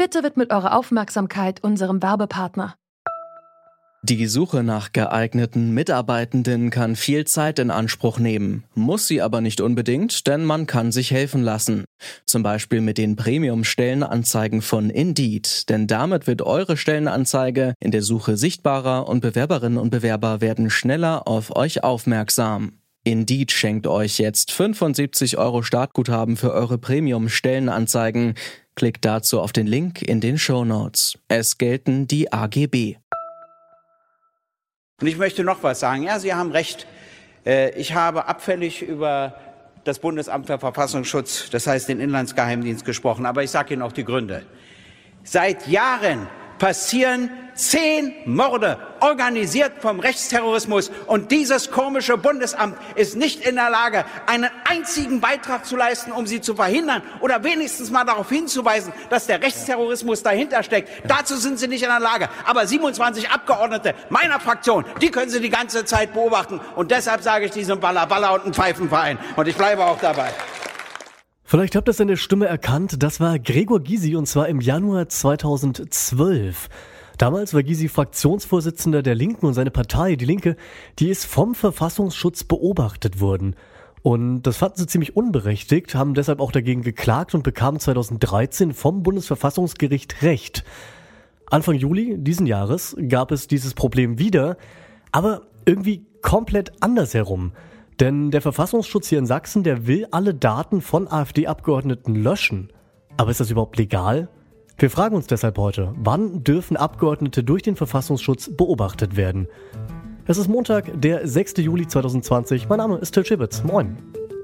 Bitte widmet eure Aufmerksamkeit unserem Werbepartner. Die Suche nach geeigneten Mitarbeitenden kann viel Zeit in Anspruch nehmen, muss sie aber nicht unbedingt, denn man kann sich helfen lassen. Zum Beispiel mit den Premium-Stellenanzeigen von Indeed, denn damit wird eure Stellenanzeige in der Suche sichtbarer und Bewerberinnen und Bewerber werden schneller auf euch aufmerksam. Indeed schenkt euch jetzt 75 € Startguthaben für eure Premium-Stellenanzeigen. Klickt dazu auf den Link in den Shownotes. Es gelten die AGB. Und ich möchte noch was sagen. Ja, Sie haben recht. Ich habe abfällig über das Bundesamt für Verfassungsschutz, das heißt den Inlandsgeheimdienst, gesprochen. Aber ich sage Ihnen auch die Gründe. Seit Jahren passieren 10 Morde, organisiert vom Rechtsterrorismus. Und dieses komische Bundesamt ist nicht in der Lage, einen einzigen Beitrag zu leisten, um sie zu verhindern oder wenigstens mal darauf hinzuweisen, dass der Rechtsterrorismus dahinter steckt. Dazu sind sie nicht in der Lage. Aber 27 Abgeordnete meiner Fraktion, die können sie die ganze Zeit beobachten. Und deshalb sage ich, die sind Balla und ein Pfeifenverein. Und ich bleibe auch dabei. Vielleicht habt ihr es in der Stimme erkannt, das war Gregor Gysi und zwar im Januar 2012. Damals war Gysi Fraktionsvorsitzender der Linken und seine Partei, die Linke, die ist vom Verfassungsschutz beobachtet worden. Und das fanden sie ziemlich unberechtigt, haben deshalb auch dagegen geklagt und bekamen 2013 vom Bundesverfassungsgericht Recht. Anfang Juli diesen Jahres gab es dieses Problem wieder, aber irgendwie komplett andersherum. Denn der Verfassungsschutz hier in Sachsen, der will alle Daten von AfD-Abgeordneten löschen. Aber ist das überhaupt legal? Wir fragen uns deshalb heute, wann dürfen Abgeordnete durch den Verfassungsschutz beobachtet werden? Es ist Montag, der 6. Juli 2020. Mein Name ist Till Schibitz. Moin.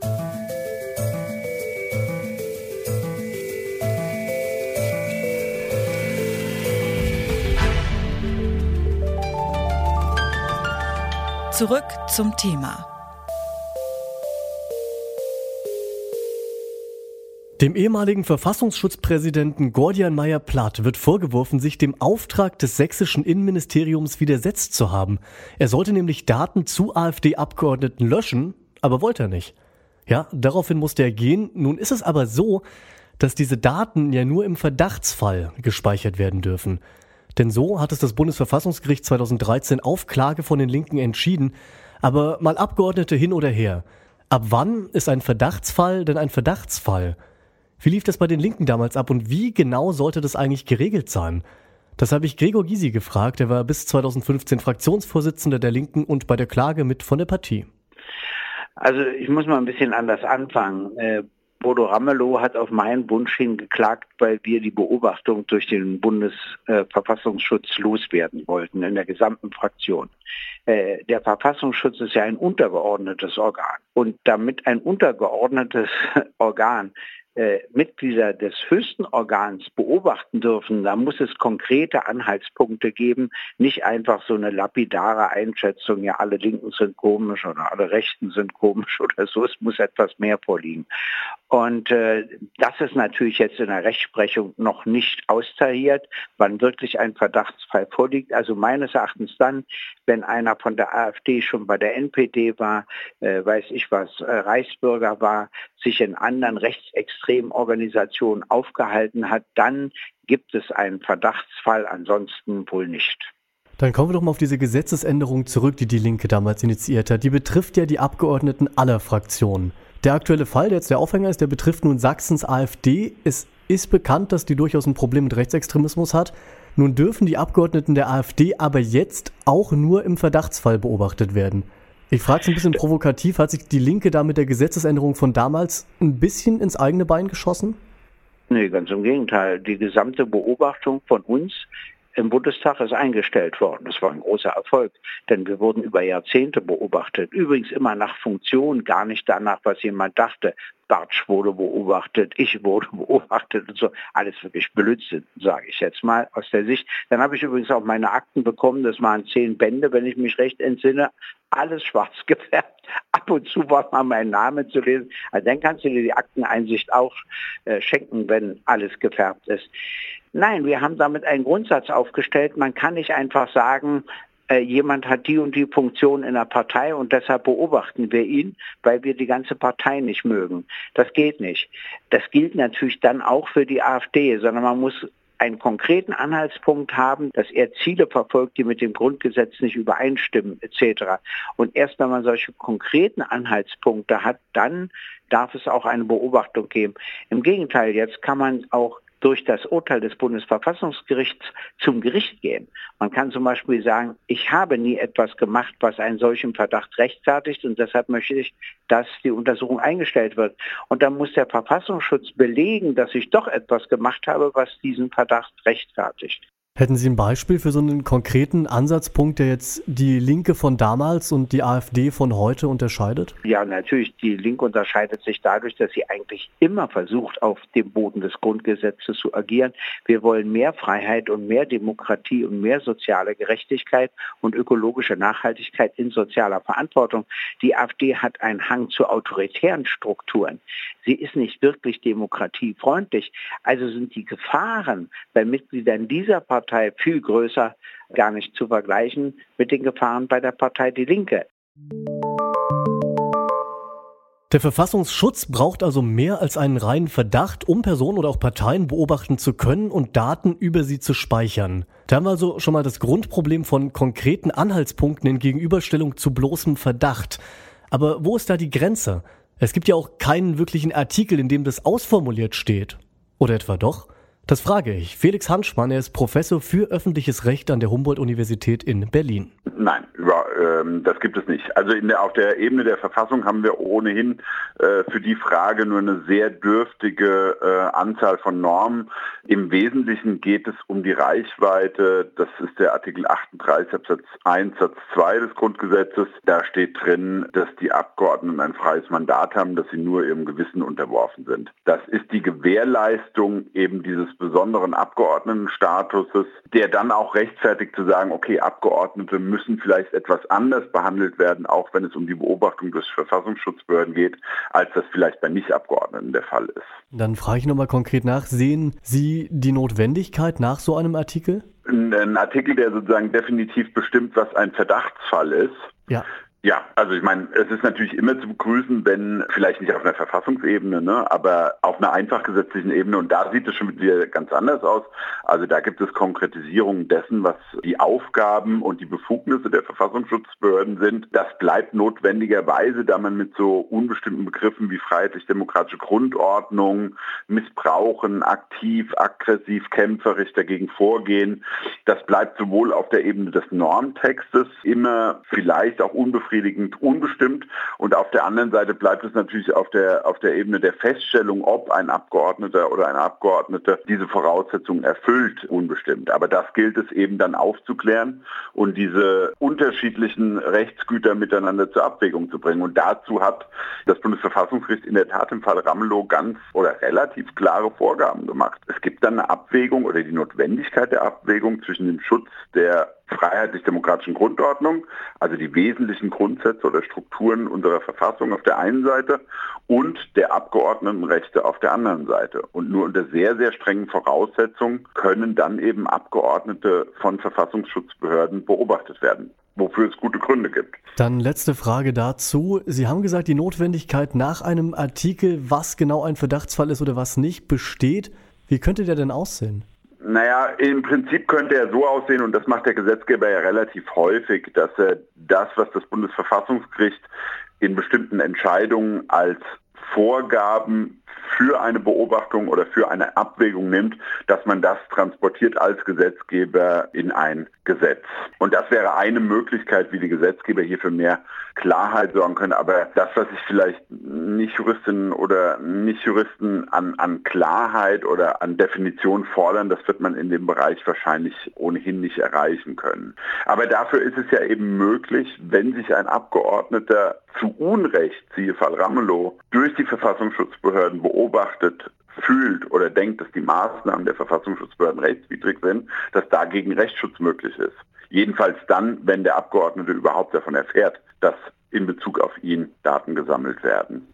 Zurück zum Thema. Dem ehemaligen Verfassungsschutzpräsidenten Gordian Meyer-Plath wird vorgeworfen, sich dem Auftrag des sächsischen Innenministeriums widersetzt zu haben. Er sollte nämlich Daten zu AfD-Abgeordneten löschen, aber wollte er nicht. Ja, daraufhin musste er gehen. Nun ist es aber so, dass diese Daten ja nur im Verdachtsfall gespeichert werden dürfen. Denn so hat es das Bundesverfassungsgericht 2013 auf Klage von den Linken entschieden. Aber mal Abgeordnete hin oder her. Ab wann ist ein Verdachtsfall denn ein Verdachtsfall? Wie lief das bei den Linken damals ab und wie genau sollte das eigentlich geregelt sein? Das habe ich Gregor Gysi gefragt. Er war bis 2015 Fraktionsvorsitzender der Linken und bei der Klage mit von der Partie. Also ich muss mal ein bisschen anders anfangen. Bodo Ramelow hat auf meinen Wunsch hin geklagt, weil wir die Beobachtung durch den Bundesverfassungsschutz loswerden wollten in der gesamten Fraktion. Der Verfassungsschutz ist ja ein untergeordnetes Organ. Und damit ein untergeordnetes Organ Mitglieder des höchsten Organs beobachten dürfen, da muss es konkrete Anhaltspunkte geben, nicht einfach so eine lapidare Einschätzung, ja alle Linken sind komisch oder alle Rechten sind komisch oder so, es muss etwas mehr vorliegen. Und das ist natürlich jetzt in der Rechtsprechung noch nicht austariert, wann wirklich ein Verdachtsfall vorliegt. Also meines Erachtens dann, wenn einer von der AfD schon bei der NPD war, weiß ich was, Reichsbürger war, sich in anderen rechtsextremen Organisationen aufgehalten hat, dann gibt es einen Verdachtsfall, ansonsten wohl nicht. Dann kommen wir doch mal auf diese Gesetzesänderung zurück, die die Linke damals initiiert hat. Die betrifft ja die Abgeordneten aller Fraktionen. Der aktuelle Fall, der jetzt der Aufhänger ist, der betrifft nun Sachsens AfD. Es ist bekannt, dass die durchaus ein Problem mit Rechtsextremismus hat. Nun dürfen die Abgeordneten der AfD aber jetzt auch nur im Verdachtsfall beobachtet werden. Ich frage es ein bisschen provokativ, hat sich die Linke da mit der Gesetzesänderung von damals ein bisschen ins eigene Bein geschossen? Nee, ganz im Gegenteil. Die gesamte Beobachtung von uns im Bundestag ist eingestellt worden. Das war ein großer Erfolg, denn wir wurden über Jahrzehnte beobachtet. Übrigens immer nach Funktion, gar nicht danach, was jemand dachte. Bartsch wurde beobachtet, ich wurde beobachtet und so. Alles wirklich Blödsinn, sage ich jetzt mal aus der Sicht. Dann habe ich übrigens auch meine Akten bekommen, das waren 10 Bände, wenn ich mich recht entsinne. Alles schwarz gefärbt. Ab und zu war mal mein Name zu lesen. Also dann kannst du dir die Akteneinsicht auch schenken, wenn alles gefärbt ist. Nein, wir haben damit einen Grundsatz aufgestellt. Man kann nicht einfach sagen, jemand hat die und die Funktion in der Partei und deshalb beobachten wir ihn, weil wir die ganze Partei nicht mögen. Das geht nicht. Das gilt natürlich dann auch für die AfD, sondern man muss einen konkreten Anhaltspunkt haben, dass er Ziele verfolgt, die mit dem Grundgesetz nicht übereinstimmen etc. Und erst wenn man solche konkreten Anhaltspunkte hat, dann darf es auch eine Beobachtung geben. Im Gegenteil, jetzt kann man auch durch das Urteil des Bundesverfassungsgerichts zum Gericht gehen. Man kann zum Beispiel sagen, ich habe nie etwas gemacht, was einen solchen Verdacht rechtfertigt und deshalb möchte ich, dass die Untersuchung eingestellt wird. Und dann muss der Verfassungsschutz belegen, dass ich doch etwas gemacht habe, was diesen Verdacht rechtfertigt. Hätten Sie ein Beispiel für so einen konkreten Ansatzpunkt, der jetzt die Linke von damals und die AfD von heute unterscheidet? Ja, natürlich. Die Linke unterscheidet sich dadurch, dass sie eigentlich immer versucht, auf dem Boden des Grundgesetzes zu agieren. Wir wollen mehr Freiheit und mehr Demokratie und mehr soziale Gerechtigkeit und ökologische Nachhaltigkeit in sozialer Verantwortung. Die AfD hat einen Hang zu autoritären Strukturen. Sie ist nicht wirklich demokratiefreundlich. Also sind die Gefahren bei Mitgliedern dieser Partei viel größer, gar nicht zu vergleichen mit den Gefahren bei der Partei Die Linke. Der Verfassungsschutz braucht also mehr als einen reinen Verdacht, um Personen oder auch Parteien beobachten zu können und Daten über sie zu speichern. Da haben wir also schon mal das Grundproblem von konkreten Anhaltspunkten in Gegenüberstellung zu bloßem Verdacht. Aber wo ist da die Grenze? Es gibt ja auch keinen wirklichen Artikel, in dem das ausformuliert steht. Oder etwa doch? Das frage ich. Felix Hanschmann, er ist Professor für öffentliches Recht an der Humboldt-Universität in Berlin. Nein, das gibt es nicht. Also auf der Ebene der Verfassung haben wir ohnehin für die Frage nur eine sehr dürftige Anzahl von Normen. Im Wesentlichen geht es um die Reichweite. Das ist der Artikel 38 Absatz 1 Satz 2 des Grundgesetzes. Da steht drin, dass die Abgeordneten ein freies Mandat haben, dass sie nur ihrem Gewissen unterworfen sind. Das ist die Gewährleistung eben dieses besonderen Abgeordnetenstatuses, der dann auch rechtfertigt zu sagen, okay, Abgeordnete müssen vielleicht etwas anders behandelt werden, auch wenn es um die Beobachtung durch Verfassungsschutzbehörden geht, als das vielleicht bei Nicht-Abgeordneten der Fall ist. Dann frage ich nochmal konkret nach, sehen Sie die Notwendigkeit nach so einem Artikel? Ein Artikel, der sozusagen definitiv bestimmt, was ein Verdachtsfall ist. Ja. Ja, also ich meine, es ist natürlich immer zu begrüßen, wenn vielleicht nicht auf einer Verfassungsebene, aber auf einer einfach gesetzlichen Ebene, und da sieht es schon wieder ganz anders aus. Also da gibt es Konkretisierungen dessen, was die Aufgaben und die Befugnisse der Verfassungsschutzbehörden sind. Das bleibt notwendigerweise, da man mit so unbestimmten Begriffen wie freiheitlich-demokratische Grundordnung, Missbrauchen, aktiv, aggressiv, kämpferisch dagegen vorgehen. Das bleibt sowohl auf der Ebene des Normtextes immer vielleicht auch unbefriedigend unbestimmt, und auf der anderen Seite bleibt es natürlich auf der Ebene der Feststellung, ob ein Abgeordneter oder eine Abgeordnete diese Voraussetzungen erfüllt, unbestimmt. Aber das gilt es eben dann aufzuklären und diese unterschiedlichen Rechtsgüter miteinander zur Abwägung zu bringen. Und dazu hat das Bundesverfassungsgericht in der Tat im Fall Ramelow ganz oder relativ klare Vorgaben gemacht. Es gibt dann eine Abwägung oder die Notwendigkeit der Abwägung zwischen dem Schutz der freiheitlich-demokratischen Grundordnung, also die wesentlichen Grundsätze oder Strukturen unserer Verfassung auf der einen Seite, und der Abgeordnetenrechte auf der anderen Seite. Und nur unter sehr, sehr strengen Voraussetzungen können dann eben Abgeordnete von Verfassungsschutzbehörden beobachtet werden, wofür es gute Gründe gibt. Dann letzte Frage dazu. Sie haben gesagt, die Notwendigkeit nach einem Artikel, was genau ein Verdachtsfall ist oder was nicht, besteht. Wie könnte der denn aussehen? Naja, im Prinzip könnte er so aussehen, und das macht der Gesetzgeber ja relativ häufig, dass er das, was das Bundesverfassungsgericht in bestimmten Entscheidungen als Vorgaben für eine Beobachtung oder für eine Abwägung nimmt, dass man das transportiert als Gesetzgeber in ein Gesetz. Und das wäre eine Möglichkeit, wie die Gesetzgeber hier für mehr Klarheit sorgen können. Aber das, was sich vielleicht Nichtjuristinnen oder Nichtjuristen an Klarheit oder an Definition fordern, das wird man in dem Bereich wahrscheinlich ohnehin nicht erreichen können. Aber dafür ist es ja eben möglich, wenn sich ein Abgeordneter zu Unrecht, siehe Fall Ramelow, durch die Verfassungsschutzbehörden beobachtet fühlt oder denkt, dass die Maßnahmen der Verfassungsschutzbehörden rechtswidrig sind, dass dagegen Rechtsschutz möglich ist. Jedenfalls dann, wenn der Abgeordnete überhaupt davon erfährt, dass in Bezug auf ihn Daten gesammelt werden.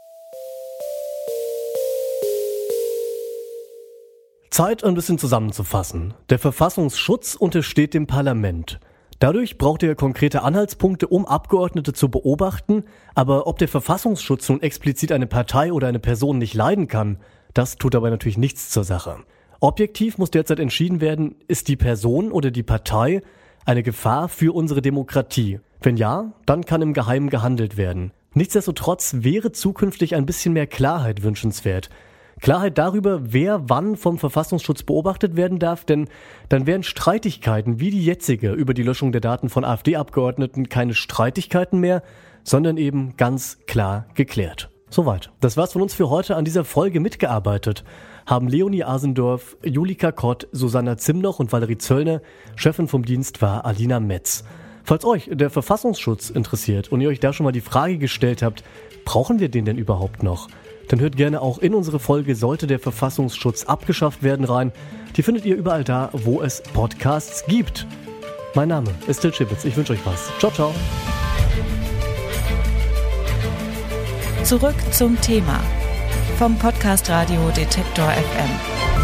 Zeit, ein bisschen zusammenzufassen. Der Verfassungsschutz untersteht dem Parlament. Dadurch braucht er konkrete Anhaltspunkte, um Abgeordnete zu beobachten, aber ob der Verfassungsschutz nun explizit eine Partei oder eine Person nicht leiden kann, das tut dabei natürlich nichts zur Sache. Objektiv muss derzeit entschieden werden, ist die Person oder die Partei eine Gefahr für unsere Demokratie? Wenn ja, dann kann im Geheimen gehandelt werden. Nichtsdestotrotz wäre zukünftig ein bisschen mehr Klarheit wünschenswert. Klarheit darüber, wer wann vom Verfassungsschutz beobachtet werden darf, denn dann wären Streitigkeiten wie die jetzige über die Löschung der Daten von AfD-Abgeordneten keine Streitigkeiten mehr, sondern eben ganz klar geklärt. Soweit. Das war's von uns für heute. An dieser Folge mitgearbeitet haben Leonie Asendorf, Julika Kott, Susanna Zimnoch und Valerie Zöllner. Chefin vom Dienst war Alina Metz. Falls euch der Verfassungsschutz interessiert und ihr euch da schon mal die Frage gestellt habt, brauchen wir den denn überhaupt noch? Dann hört gerne auch in unsere Folge Sollte der Verfassungsschutz abgeschafft werden rein. Die findet ihr überall da, wo es Podcasts gibt. Mein Name ist Till Schibitz. Ich wünsche euch was. Ciao, ciao. Zurück zum Thema vom Podcast Radio Detektor FM.